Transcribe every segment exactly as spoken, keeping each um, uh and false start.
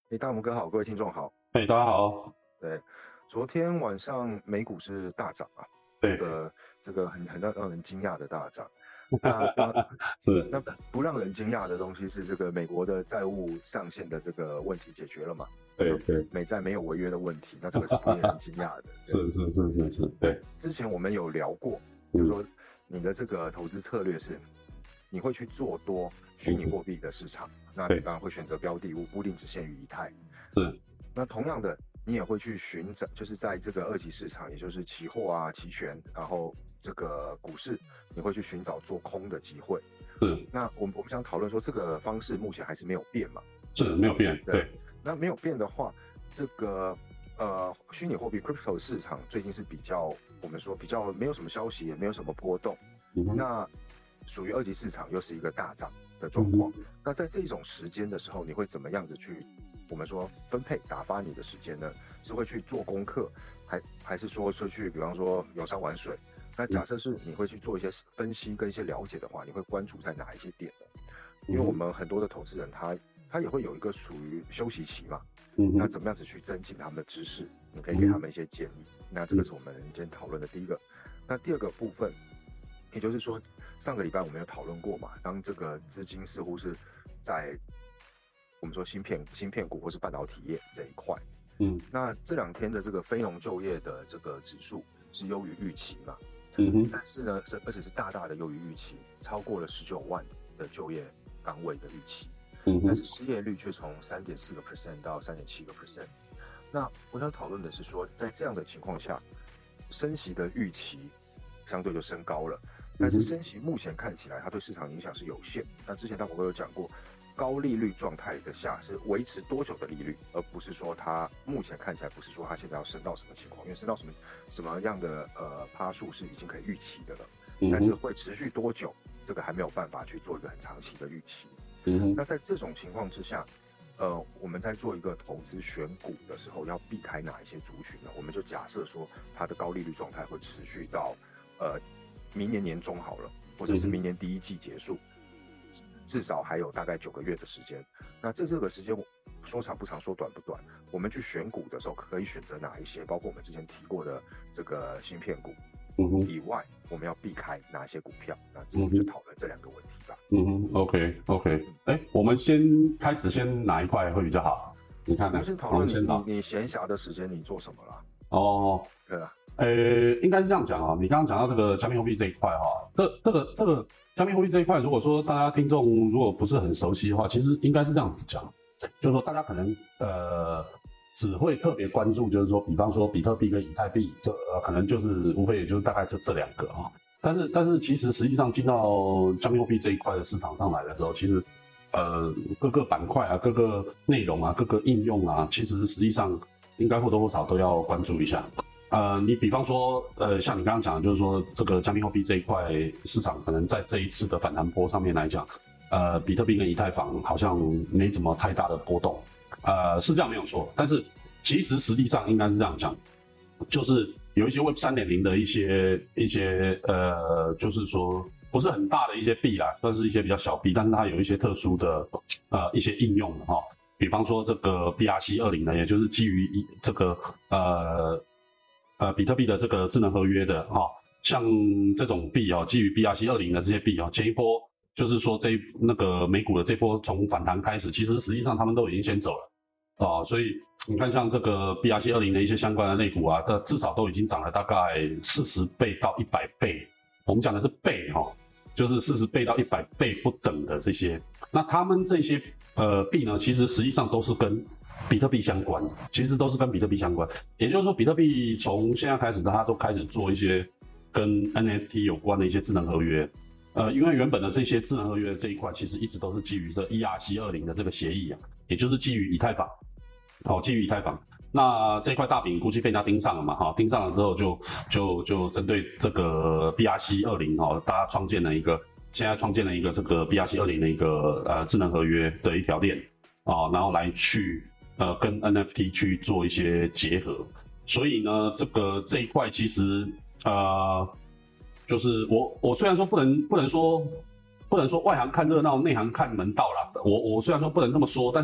诶，大拇哥好，各位听众好。 哎，大家好。 对，昨天晚上美股是大涨啊，这对， 个这个很很让让人惊讶的大涨。那当那是， 不让人惊讶的东西是这个美国的债务上限的这个问题解决了嘛？就对对， 美债没有违约的问题，那这个是不令人惊讶的。对是是是是是， 对， 对， 之前我们有聊过，就是嗯说你的这个投资策略是，你会去做多虚拟嗯， 货币的市场，那你对， 当然会选择标的物，不一定只限于以太。 是， 那同样的，你也会去寻找，就是在这个二级市场，也就是期货啊、期权，然后这个股市，你会去寻找做空的机会。 是那我们我们想讨论说，这个方式目前还是没有变嘛？ 是没有变， 对。 对， 那没有变的话，这个呃虚拟货币 crypto 市场最近是比较，我们说比较没有什么消息，也没有什么波动。 嗯哼， 那属于二级市场又是一个大涨的状况。 嗯哼， 那在这种时间的时候，你会怎么样子去我们说分配打发你的时间呢？是会去做功课，还还是说是去比方说游山玩水？那假设是你会去做一些分析跟一些了解的话，你会关注在哪一些点呢？因为我们很多的投资人他他也会有一个属于休息期嘛， 嗯哼， 那怎么样子去增进他们的知识？你可以给他们一些建议。那这个是我们今天讨论的第一个。那第二个部分，也就是说，上个礼拜我们有讨论过嘛，当这个资金似乎是在我们说芯片、芯片股或是半导体业这一块， 嗯那这两天的这个非农就业的这个指数是优于预期嘛， 嗯哼， 但是呢，是而且是大大的优于预期，超过了十九万的就业岗位的预期， 嗯哼， 但是失业率却从三点四个 percent 到三点七个 percent。那我想讨论的是说，在这样的情况下，升息的预期相对就升高了，但是升息目前看起来它对市场影响是有限。那之前大伙都有讲过，高利率状态的下是维持多久的利率，而不是说它目前看起来不是说它现在要升到什么情况，因为升到什么什么样的呃趴数是已经可以预期的了，但是会持续多久，这个还没有办法去做一个很长期的预期。那在这种情况之下，呃，我们在做一个投资选股的时候，要避开哪一些族群呢？我们就假设说，它的高利率状态会持续到呃明年年中好了，或者是明年第一季结束，至少还有大概九个月的时间。那这这个时间说长不长，说短不短，我们去选股的时候可以选择哪一些？包括我们之前提过的这个芯片股以外，我们要避开哪些股票？那这我们就讨论这两个问题吧。 嗯哼，OK OK，哎，我们先开始先哪一块会比较好？你看看， 我们先讨论你你你闲暇的时间你做什么啦？ 哦， 对啊。 呃，应该是这样讲啊。你刚刚讲到这个加密货币这一块哈，这这个这个加密货币这一块，如果说大家听众如果不是很熟悉的话，其实应该是这样子讲，就是说大家可能呃只会特别关注，就是说，比方说比特币跟以太币，这呃可能就是无非也就是大概就这两个啊。但是但是其实实际上进到加密货币这一块的市场上来的时候，其实呃各个板块啊、各个内容啊、各个应用啊，其实实际上应该或多或少都要关注一下。呃，你比方说，呃，像你刚刚讲的，就是说这个加密货币这一块市场，可能在这一次的反弹波上面来讲，呃，比特币跟以太坊好像没怎么太大的波动，呃，是这样没有错。但是其实实际上应该是这样讲，就是有一些 Web 三点零 的一些一些呃，就是说不是很大的一些币啦，算是一些比较小币，但是它有一些特殊的呃一些应用的哈，比方说这个 B R C 二十 呢，也就是基于一这个呃。呃，比特币的这个智能合约的哈、哦，像这种币哦，基于 B R C 二十 的这些币哦，前一波就是说这一那个美股的这波从反弹开始，其实实际上他们都已经先走了哦，所以你看像这个 B R C 二十 的一些相关的类股啊，这至少都已经涨了大概四十倍到一百倍，我们讲的是倍哈、哦，就是四十倍到一百倍不等的这些，那他们这些呃币呢，其实实际上都是跟比特币相关，其实都是跟比特币相关。也就是说，比特币从现在开始，它都开始做一些跟 N F T 有关的一些智能合约。呃，因为原本的这些智能合约这一块，其实一直都是基于这 E R C 二十 的这个协议啊，也就是基于以太坊，好、哦，基于以太坊。那这块大饼估计被人家盯上了嘛，哈、哦，盯上了之后就就就针对这个 B R C 二十 哦，大家创建了一个，现在创建了一个这个 B R C 二十 的一个呃智能合约的一条链啊、哦，然后来去。呃，跟 N F T 去做一些结合，所以呢，这个这一块其实呃，就是我我虽然说不能不能说不能说外行看热闹，内行看门道啦，我我虽然说不能这么说，但是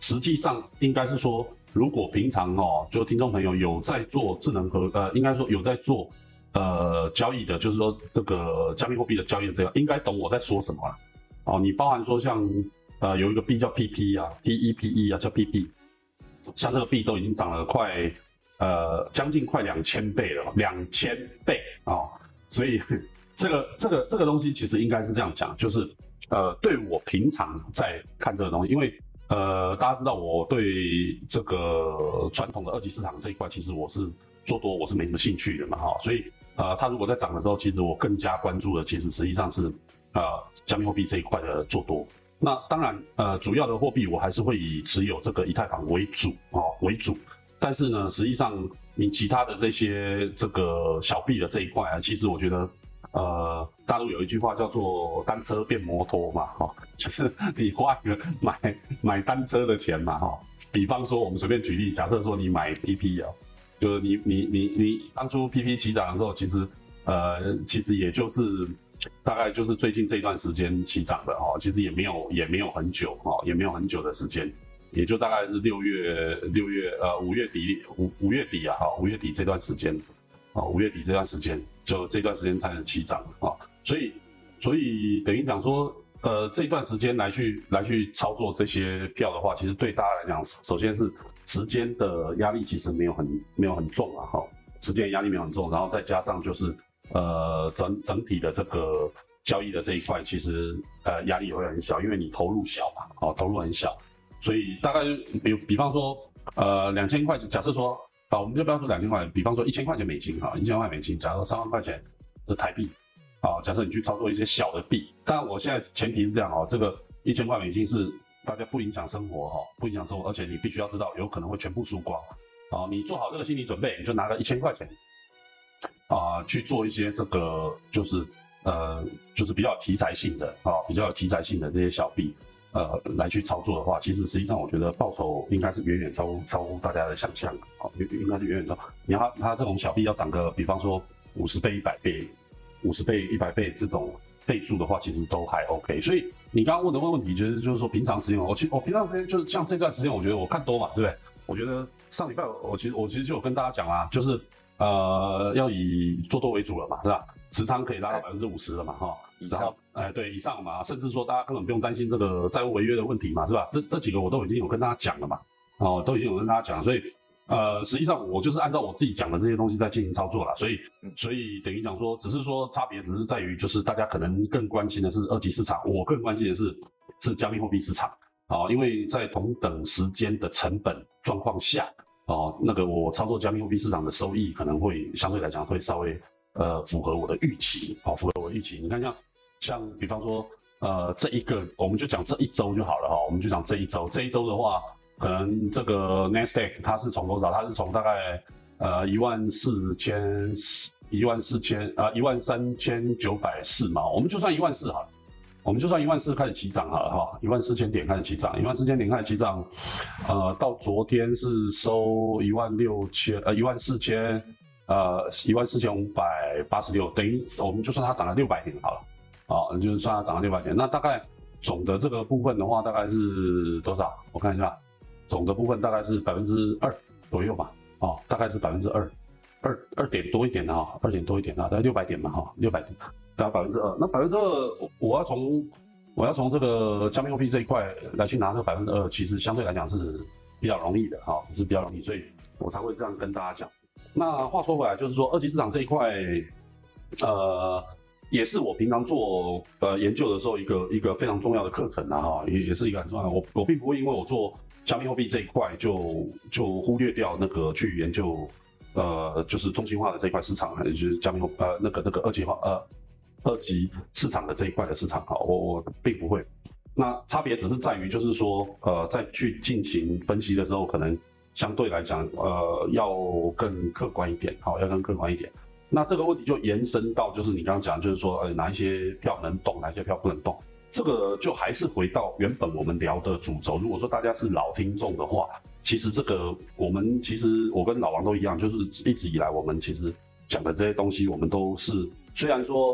实际上应该是说，如果平常哦，就听众朋友有在做智能合呃，应该说有在做呃交易的，就是说这个加密货币的交易的这个，应该懂我在说什么啦。哦，你包含说像呃有一个币叫 P P 啊 ，P E P E 啊，叫 P P， 像这个币都已经涨了快呃将近快两千倍了，两千倍啊、哦，所以这个这个这个东西其实应该是这样讲，就是呃对我平常在看这个东西，因为呃大家知道我对这个传统的二级市场这一块，其实我是做多我是没什么兴趣的嘛哈、哦，所以呃它如果在涨的时候，其实我更加关注的其实实际上是呃加密货币这一块的做多。那当然，呃，主要的货币我还是会以持有这个以太坊为主哦为主，但是呢，实际上你其他的这些这个小币的这一块啊，其实我觉得，呃，大陆有一句话叫做单车变摩托嘛，哈、哦，就是你花一个买买单车的钱嘛，哈、哦，比方说我们随便举例，假设说你买 P P 啊，就是你你你你当初 P P 起涨的时候，其实呃其实也就是。大概就是最近这一段时间起涨的哈，其实也没有也没有很久哈，也没有很久的时间，也就大概是六月六月呃五月底五五月底啊哈，五月底这段时间啊，五月底这段时间就这段时间才能起涨啊，所以所以等于讲说呃这段时间来去来去操作这些票的话，其实对大家来讲，首先是时间的压力其实没有很没有很重啊哈，时间压力没有很重，然后再加上就是。呃，整整体的这个交易的这一块，其实呃压力也会很小，因为你投入小嘛，哦，投入很小，所以大概比比方说，呃，两千块，假设说，啊，我们就不要说两千块，比方说一千块钱美金哈，一千块美金，假如三万块钱的台币，啊，假设你去操作一些小的币，当然我现在前提是这样哦，这个一千块美金是大家不影响生活哈，不影响生活，而且你必须要知道有可能会全部输光，啊，你做好这个心理准备，你就拿个一千块钱。啊、呃，去做一些这个就是呃，就是比较有题材性的啊、哦，比较有题材性的这些小币，呃，来去操作的话，其实实际上我觉得报酬应该是远远超乎超乎大家的想象，哦，应该是远远超。你要它这种小币要涨个，比方说五十倍、一百倍、五十倍、一百倍这种倍数的话，其实都还 OK。所以你刚刚问的问题，就是就是说平常时间，我其我平常时间就是像这段时间，我觉得我看多嘛，对不对？我觉得上礼拜我其实我其实就有跟大家讲啊，就是。呃，要以做多为主了嘛，是吧？持仓可以拉到百分之五十了嘛，哈， 以上， 哎，对，以上嘛，甚至说大家根本不用担心这个债务违约的问题嘛，是吧？这这几个我都已经有跟大家讲了嘛，哦，都已经有跟大家讲，所以呃，实际上我就是按照我自己讲的这些东西在进行操作啦，所以所以等于讲说，只是说差别只是在于，就是大家可能更关心的是二级市场，我更关心的是是加密货币市场，啊、哦，因为在同等时间的成本状况下。哦，那个我操作加密货币市场的收益可能会相对来讲会稍微呃符合我的预期，好、哦，符合我的预期。你看像像比方说呃这一个我们就讲这一周就好了哈、哦，我们就讲这一周，这一周的话，可能这个 Nasdaq 它是从多少？它是从大概呃一万四千一万四千呃一万三千九百四嘛，我们就算一万四好了。我们就算一万四开始起涨好了哈，一万四千点开始起涨，一万四千点开始起涨，呃，到昨天是收一万六千，呃，一万四千，呃，一万四千五百八十六，等于我们就算它涨了六百点好了，啊，就是算它涨了六百点，那大概总的这个部分的话，大概是多少？我看一下，总的部分大概是百分之二左右吧，哦，大概是百分之二，二二点多一点的哈，二点多一点的，大概六百点嘛哈，六百点。大概百分之二，那百分之二，我要从我要从这个加密货币这一块来去拿这个百分之二，其实相对来讲是比较容易的哈，是比较容易，所以我才会这样跟大家讲。那话说回来，就是说二级市场这一块，呃，也是我平常做呃研究的时候一个一个非常重要的课程啊哈，也也是一个很重要的。我我并不会因为我做加密货币这一块就就忽略掉那个去研究呃就是中心化的这一块市场，就是加密货呃那个那个二级化呃。二级市场的这一块的市场，哈，我我并不会。那差别只是在于，就是说，呃，在去进行分析的时候，可能相对来讲，呃，要更客观一点，好，要更客观一点。那这个问题就延伸到，就是你刚刚讲，就是说，呃，哪一些票能动，哪一些票不能动，这个就还是回到原本我们聊的主轴。如果说大家是老听众的话，其实这个我们其实我跟老王都一样，就是一直以来我们其实讲的这些东西，我们都是虽然说。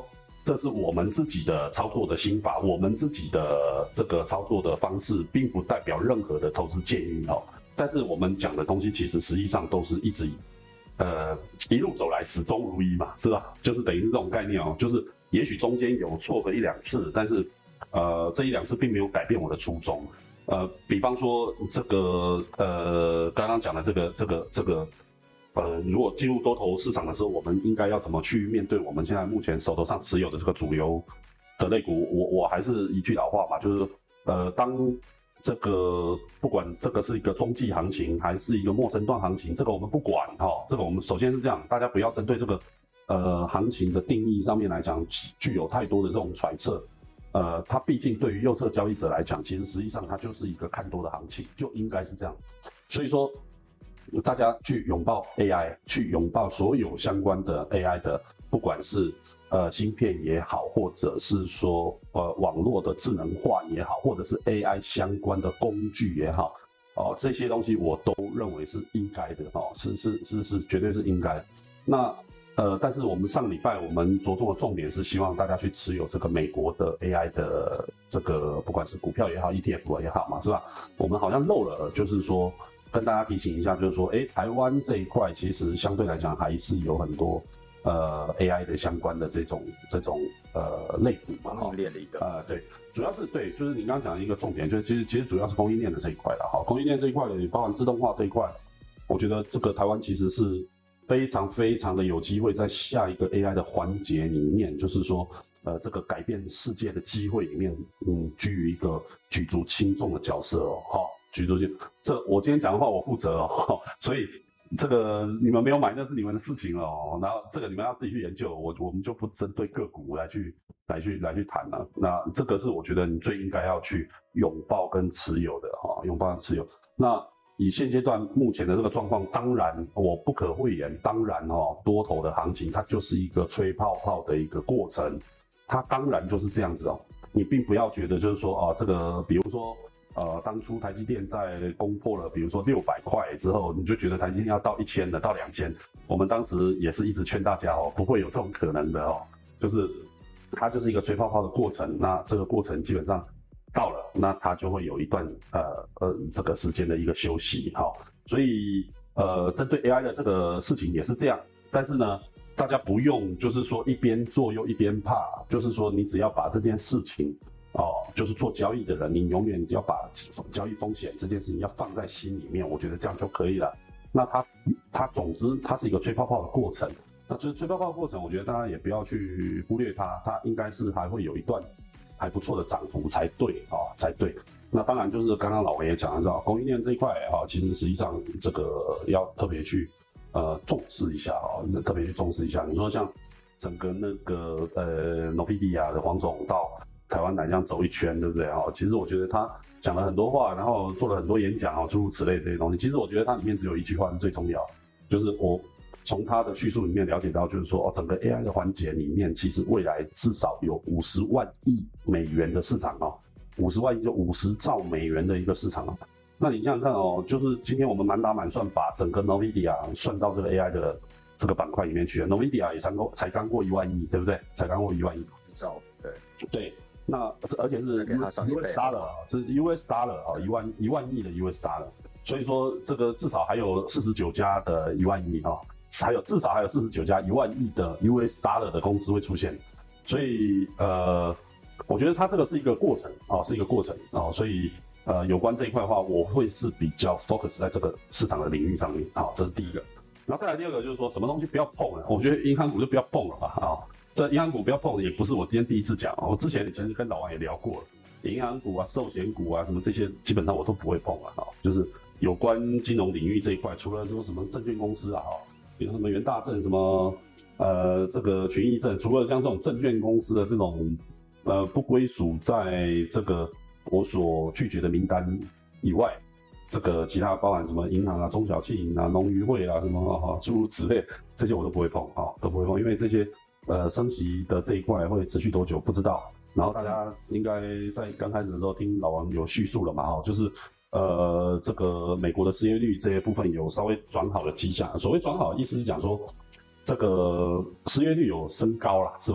这是我们自己的操作的心法，我们自己的这个操作的方式，并不代表任何的投资建议哦。但是我们讲的东西，其实实际上都是一直呃一路走来始终如一嘛，是吧？就是等于是这种概念哦，就是也许中间有错个一两次，但是呃这一两次并没有改变我的初衷。呃，比方说这个呃刚刚讲的这个这个这个。呃，如果进入多头市场的时候，我们应该要怎么去面对我们现在目前手头上持有的这个主流的类股？我我还是一句老话嘛，就是呃，当这个不管这个是一个中继行情还是一个末升段行情，这个我们不管哈、哦，这个我们首先是这样，大家不要针对这个呃行情的定义上面来讲，具有太多的这种揣测。呃，它毕竟对于右侧交易者来讲，其实实际上它就是一个看多的行情，就应该是这样。所以说。大家去拥抱 A I， 去拥抱所有相关的 A I 的，不管是呃芯片也好，或者是说呃网络的智能化也好，或者是 A I 相关的工具也好，哦，这些东西我都认为是应该的哦，是是是是绝对是应该的。那呃，但是我们上礼拜我们着重的重点是希望大家去持有这个美国的 A I 的这个，不管是股票也好 ，E T F 也好嘛，是吧？我们好像漏了，就是说。跟大家提醒一下，就是说，哎，台湾这一块其实相对来讲还是有很多呃 A I 的相关的这种这种呃类股嘛， 供应链里的， 呃，对，主要是对，就是你刚刚讲的一个重点，就是其实其实主要是供应链的这一块了，哈，供应链这一块也包含自动化这一块，我觉得这个台湾其实是非常非常的有机会在下一个 A I 的环节里面，就是说，呃，这个改变世界的机会里面，嗯，居于一个举足轻重的角色哦，哈。举足轻，这我今天讲的话我负责哦，所以这个你们没有买那是你们的事情了哦，然后这个你们要自己去研究，我我们就不针对个股来去来去来去谈了。那这个是我觉得你最应该要去拥抱跟持有的哈，拥抱跟持有。那以现阶段目前的这个状况，当然我不可讳言，当然哦，多头的行情它就是一个吹泡泡的一个过程，它当然就是这样子哦，你并不要觉得就是说啊，这个比如说。呃，当初台积电在攻破了，比如说六百块之后，你就觉得台积电要到一千的，到两千。我们当时也是一直劝大家哦，不会有这种可能的哦，就是它就是一个吹泡泡的过程。那这个过程基本上到了，那它就会有一段呃呃这个时间的一个休息哈、哦。所以呃，针对 A I 的这个事情也是这样，但是呢，大家不用就是说一边做又一边怕，就是说你只要把这件事情。哦，就是做交易的人，你永远要把交易风险这件事情要放在心里面，我觉得这样就可以了。那它它总之它是一个吹泡泡的过程，那就是吹泡泡的过程，我觉得大家也不要去忽略它，它应该是还会有一段还不错的涨幅才对啊、哦，才对。那当然就是刚刚老维也讲了，是吧？供应链这一块啊、哦，其实实际上这个要特别去呃重视一下啊、哦，特别去重视一下。你说像整个那个呃 Nvidia 的黄总到。台湾来这样走一圈，对不对哦？其实我觉得他讲了很多话，然后做了很多演讲哦，诸如此类这些东西。其实我觉得它里面只有一句话是最重要，就是我从他的叙述里面了解到，就是说哦，整个 A I 的环节里面，其实未来至少有五十万亿美元的市场哦，五十万亿就五十兆美元的一个市场哦。那你想想看哦，就是今天我们满打满算把整个 Nvidia 算到这个 A I 的这个板块里面去了 ，Nvidia 也才过才刚过一万亿，对不对？才刚过一万亿兆，对对。那而且是 U S dollar 是 U S dollar 啊，一万一万亿的 U S dollar， 所以说这个至少还有四十九家的一万亿啊，还有至少还有四十九家一万亿的 U S dollar 的公司会出现，所以呃，我觉得它这个是一个过程啊，是一个过程啊，所以呃，有关这一块的话，我会是比较 focus 在这个市场的领域上面啊，这是第一个。然后再来第二个就是说什么东西不要碰了，我觉得银行股就不要碰了吧啊。这银行股不要碰，也不是我今天第一次讲，我之前其实跟老王也聊过了，银行股啊、寿险股啊什么这些，基本上我都不会碰啊。哈，就是有关金融领域这一块，除了说什么证券公司啊，哈，比如什么元大证、什么呃这个群益证，除了像这种证券公司的这种呃不归属在这个我所拒绝的名单以外，这个其他包含什么银行啊、中小企银啊、农渔会啊什么哈诸如此类，这些我都不会碰啊，都不会碰，因为这些。呃，升息的这一块会持续多久不知道。然后大家应该在刚开始的时候听老王有叙述了嘛，哈，就是呃这个美国的失业率这些部分有稍微转好的迹象。所谓转好，意思是讲说这个失业率有升高了，是吧？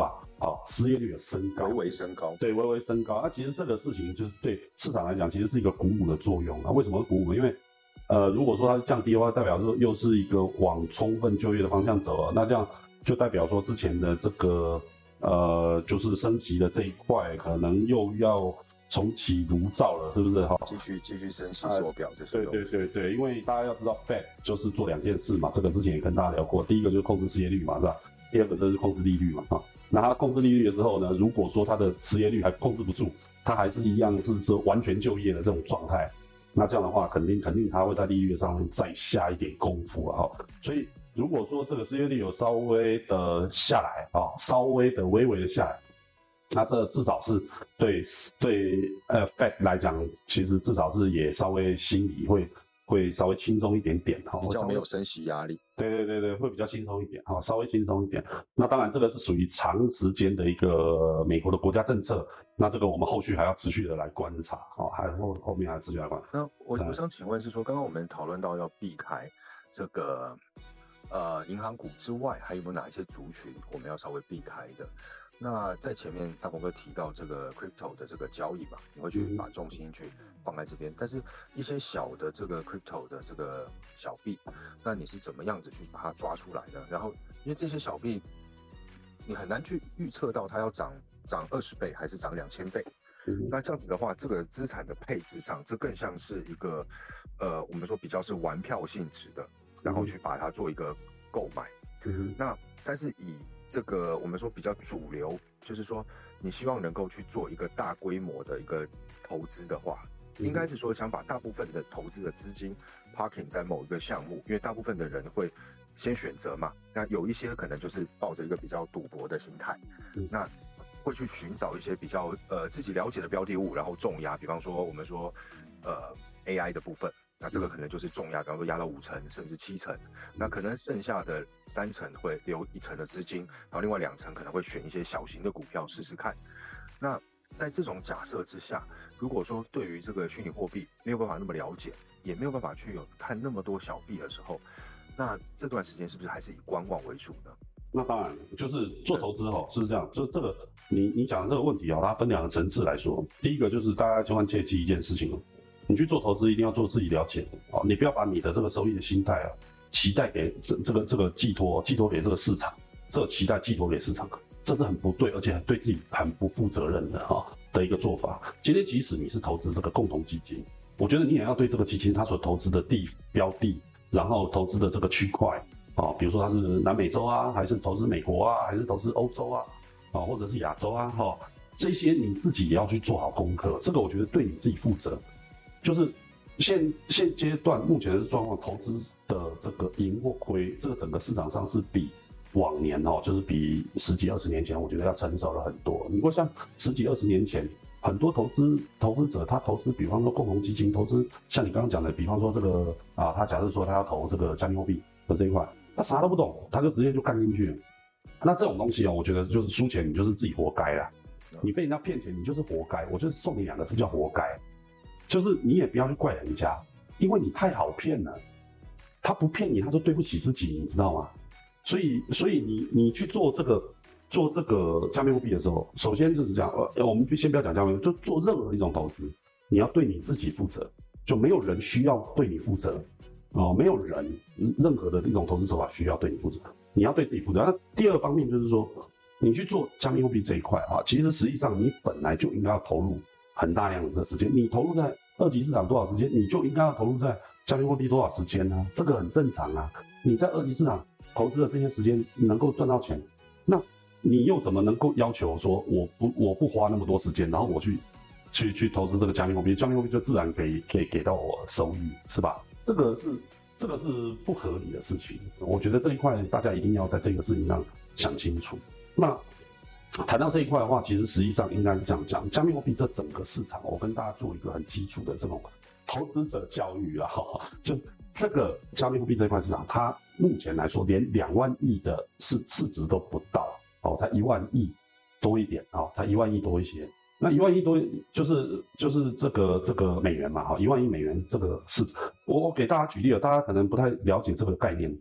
好、哦，失业率有升高， 微微升高， 对，微微升高。那、啊、其实这个事情就是对市场来讲，其实是一个鼓舞的作用啊。为什么鼓舞？因为呃，如果说它降低的话，代表说又是一个往充分就业的方向走了，那这样就代表说之前的这个呃，就是升息的这一块，可能又要重启炉灶了，是不是哈？ 继续继续升息缩表这些、 呃。对对对对，因为大家要知道 ，Fed 就是做两件事嘛，这个之前也跟大家聊过，第一个就是控制失业率嘛，是吧？第二个就是控制利率嘛，哈。那它控制利率的时候呢，如果说它的失业率还控制不住，它还是一样是说完全就业的这种状态，那这样的话，肯定肯定它会在利率上面再下一点功夫了哈。所以如果说这个失业率有稍微的下来啊，稍微的微微的下来。那这至少是对对呃 Fed 来讲，其实至少是也稍微心里会会稍微轻松一点点哈， 比较没有升息压力。 对对对对，会比较轻松一点哈，稍微轻松一点。那当然这个是属于长时间的一个美国的国家政策，那这个我们后续还要持续的来观察哈，还后后面还持续来观察。 那我我想请问是说，刚刚我们讨论到要避开这个呃银行股之外，还有没有哪一些族群我们要稍微避开的？那在前面大鹏哥提到这个 crypto 的这个交易嘛，你会去把重心去放在这边，但是一些小的这个 crypto 的这个小币，那你是怎么样子去把它抓出来呢？然后因为这些小币，你很难去预测到它要涨涨二十倍还是涨两千倍。那这样子的话，这个资产的配置上，这更像是一个呃，我们说比较是玩票性质的，然后去把它做一个购买。 嗯、 那但是以这个我们说比较主流，就是说你希望能够去做一个大规模的一个投资的话，应该是说想把大部分的投资的资金 parking 在某一个项目，因为大部分的人会先选择嘛，那有一些可能就是抱着一个比较赌博的心态，那会去寻找一些比较呃自己了解的标的物，然后重压，比方说我们说呃 A I 的部分。那这个可能就是重压，比方说压到五成甚至七成，那可能剩下的三成会留一成的资金，然后另外两成可能会选一些小型的股票试试看。那在这种假设之下，如果说对于这个虚拟货币没有办法那么了解，也没有办法去有看那么多小币的时候，那这段时间是不是还是以观望为主呢？ 那当然，就是做投资哈，是这样，就这个你你讲的这个问题啊，它分两个层次来说，第一个就是大家千万切记一件事情。你去做投资一定要做自己了解的哦，你不要把你的这个收益的心态啊，期待给这这个这个寄托寄托给这个市场，这个期待寄托给市场，这是很不对，而且对自己很不负责任的哈、哦、的一个做法。今天即使你是投资这个共同基金，我觉得你也要对这个基金它所投资的地标的，然后投资的这个区块啊、哦，比如说它是南美洲啊，还是投资美国啊，还是投资欧洲啊，啊、哦、或者是亚洲啊，哈、哦，这些你自己也要去做好功课，这个我觉得对你自己负责。就是现现阶段目前的状况，投资的这个赢或亏，这个整个市场上是比往年哦，就是比十几二十年前，我觉得要成熟了很多。你会像十几二十年前，很多投资投资者他投资，比方说共同基金投资，像你刚刚讲的，比方说这个啊，他假设说他要投这个加密货币的这一块，他啥都不懂，他就直接就干进去了。那这种东西哦，我觉得就是输钱，你就是自己活该啦。你被人家骗钱，你就是活该。我就是送你两个字，叫活该。就是你也不要去怪人家，因为你太好骗了，他不骗你，他就对不起自己，你知道吗？所以，所以你你去做这个做这个加密货币的时候，首先就是这样，呃，我们先不要讲加密货币，就做任何一种投资，你要对你自己负责，就没有人需要对你负责哦、呃，没有人任何的一种投资手法需要对你负责，你要对自己负责。那第二方面就是说，你去做加密货币这一块啊，其实实际上你本来就应该要投入很大量的时间，你投入在二级市场多少时间，你就应该要投入在加密货币多少时间啊，这个很正常啊。你在二级市场投资的这些时间能够赚到钱，那你又怎么能够要求说我不我不花那么多时间，然后我去去去投资这个加密货币，加密货币就自然可以可以给到我收益，是吧？这个是这个是不合理的事情。我觉得这一块大家一定要在这个事情上想清楚。那谈到这一块的话，其实实际上应该是这样讲，加密货币这整个市场，我跟大家做一个很基础的这种投资者教育啊，就这个加密货币这一块市场，它目前来说连两万亿的市市值都不到，哦，才一万亿多一点，哦，才一万亿多一些。那一万亿多就是就是这个这个美元嘛，哈，一万亿美元这个市，我我给大家举例了，大家可能不太了解这个概念，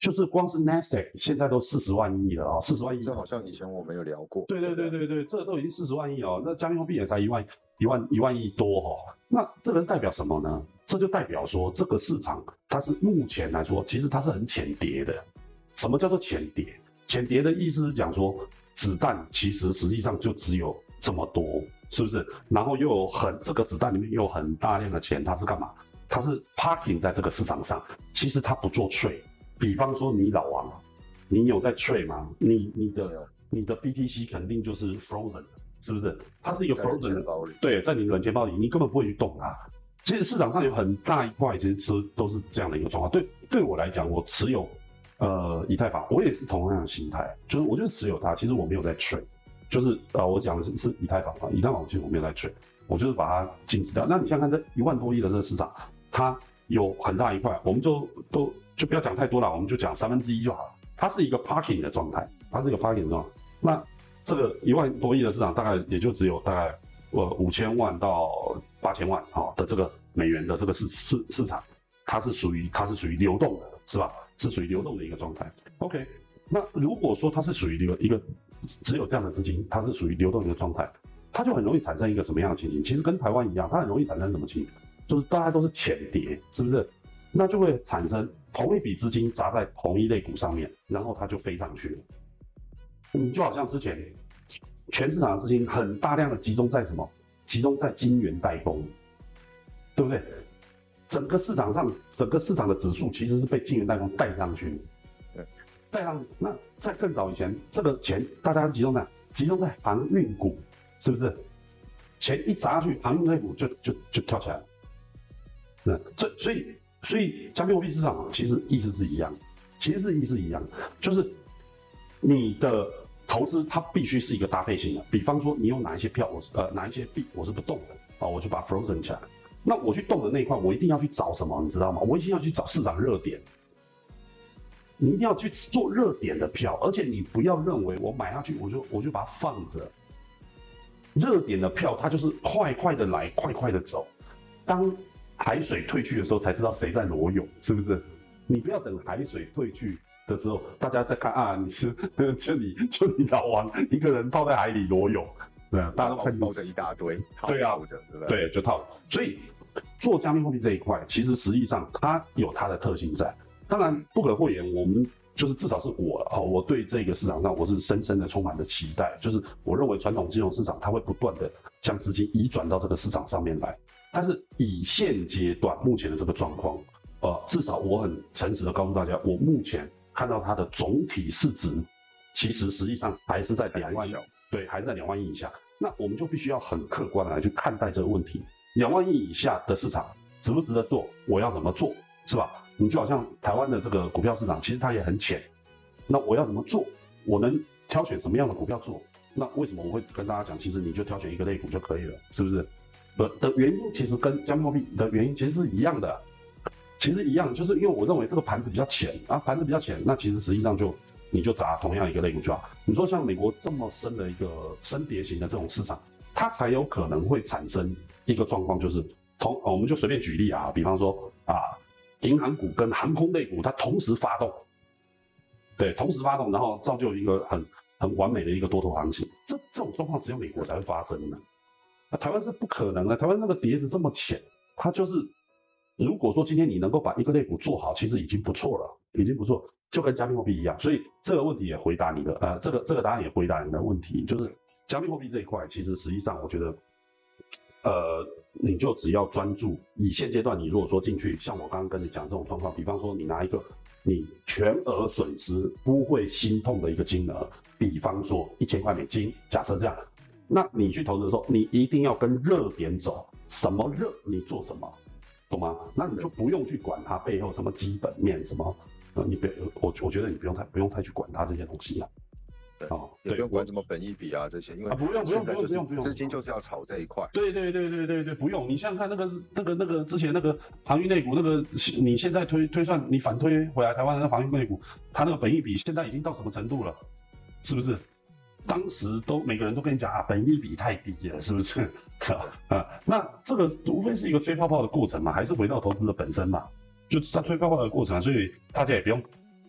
就是光是 Nasdaq 现在都四十万亿了啊、哦，四十万亿。 这好像以前我们有聊过。 对对对对对，这都已经四十万亿哦，那加密货币也才一万一万一万亿多哈、哦。那这个代表什么呢？这就代表说这个市场它是目前来说，其实它是很浅碟的。什么叫做浅碟？浅碟的意思是讲说，子弹其实实际上就只有这么多，是不是？然后又有很这个子弹里面又有很大量的钱，它是干嘛？它是 parking 在这个市场上，其实它不做 trade。比方说你老王，你有在 trade 吗？你你的你的 B T C 肯定就是 frozen， 是不是？它是一个 frozen 的，对，在你软钱包里，你根本不会去动它。其实市场上有很大一块，其实都是这样的一个状况。对，对我来讲，我持有呃以太坊，我也是同样的心态，就是我就是持有它，其实我没有在 trade， 就是呃我讲的是是以太坊嘛，以太坊其实我没有在 trade， 我就是把它禁止掉。那你想想看，这一万多亿的这个市场，它有很大一块，我们就都就不要讲太多了，我们就讲三分之一就好了。它是一个 parking 的状态，它是一个 parking 的状态。那这个一万多亿的市场，大概也就只有大概呃五千万到八千万啊、哦、的这个美元的这个市市市场，它是属于它是属于流动的，是吧？是属于流动的一个状态。OK， 那如果说它是属于一个一个只有这样的资金，它是属于流动的一个状态，它就很容易产生一个什么样的情形？其实跟台湾一样，它很容易产生什么情形？就是大家都是浅碟，是不是？那就会产生同一笔资金砸在同一类股上面，然后它就飞上去了。你就好像之前全市场的资金很大量的集中在什么？集中在晶圆代工，对不对？整个市场上，整个市场的指数其实是被晶圆代工带上去，对，带上去。那在更早以前，这个钱大家是集中在集中在航运股，是不是？钱一砸下去，航运类股就就就跳起来了。那这所以。所以加密货币市场其实意思是一样，其实是意思一样，就是你的投资它必须是一个搭配性的。比方说你有哪一些票，我是呃哪一些币我是不动的啊，我就把它 frozen 起来。那我去动的那一块，我一定要去找什么，你知道吗？我一定要去找市场热点，你一定要去做热点的票，而且你不要认为我买下去我就我就把它放着。热点的票它就是快快的来，快快的走。当海水退去的时候才知道谁在裸泳，是不是？你不要等海水退去的时候，大家再看啊，你是就你就你老王一个人泡在海里裸泳，对啊，大家都看抱着一大堆， 对啊， 套着，对不对？ 对，就套着。所以做加密货币这一块，其实实际上它有它的特性在。当然不可讳言，我们就是至少是我啊、哦，我对这个市场上我是深深的充满着期待，就是我认为传统金融市场它会不断的将资金移转到这个市场上面来。但是以现阶段目前的这个状况，呃，至少我很诚实的告诉大家，我目前看到它的总体市值，其实实际上还是在两万亿，对，还是在两万亿以下。那我们就必须要很客观的来去看待这个问题：两万亿以下的市场值不值得做？我要怎么做，是吧？你就好像台湾的这个股票市场，其实它也很浅。那我要怎么做？我能挑选什么样的股票做？那为什么我会跟大家讲，其实你就挑选一个类股就可以了，是不是？的的原因其实跟加密货币的原因其实是一样的，其实一样，就是因为我认为这个盘子比较浅啊，盘子比较浅，那其实实际上就你就砸同样一个类股就好。你说像美国这么深的一个深碟型的这种市场，它才有可能会产生一个状况，就是同我们就随便举例啊，比方说啊，银行股跟航空类股它同时发动，对，同时发动，然后造就一个很很完美的一个多头行情，这这种状况只有美国才会发生的。台湾是不可能的，台湾那个碟子这么浅，它就是如果说今天你能够把一个类股做好，其实已经不错了，已经不错，就跟加密货币一样。所以这个问题也回答你的，呃，这个这个答案也回答你的问题，就是加密货币这一块，其实实际上我觉得，呃，你就只要专注，以现阶段你如果说进去，像我刚刚跟你讲这种状况，比方说你拿一个你全额损失不会心痛的一个金额，比方说一千块美金，假设这样。那你去投资的时候，你一定要跟热点走，什么热你做什么，懂吗？那你就不用去管它背后什么基本面什么，呃，你别我我觉得你不用太不用太去管它这些东西了。 对，哦，也不用管什么本益比啊这些，因为啊不用不用不用不用不用， 资金就是要炒这一块。 对对对对对对，不用。你想想看那个那个那个之前那个航运类股那个，你现在推推算你反推回来台湾的那航运类股，它那个本益比现在已经到什么程度了？是不是？当时都每个人都跟你讲啊，本益比太低了，是不是？啊，那这个无非是一个吹泡泡的过程嘛，还是回到投资的本身嘛，就是在吹泡泡的过程，所以大家也不用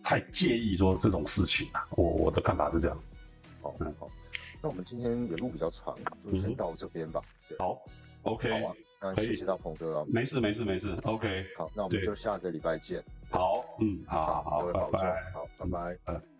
太介意说这种事情啊。我我的看法是这样。 好，嗯，好，那我们今天也录比较长，就先到这边吧。对好 ，OK， 好啊，那谢谢大鹏哥啊。 没事没事没事 ，OK。 好，那我们就下个礼拜见。 好，嗯，好好好， 各位保重， 拜拜， 好，拜拜。 嗯。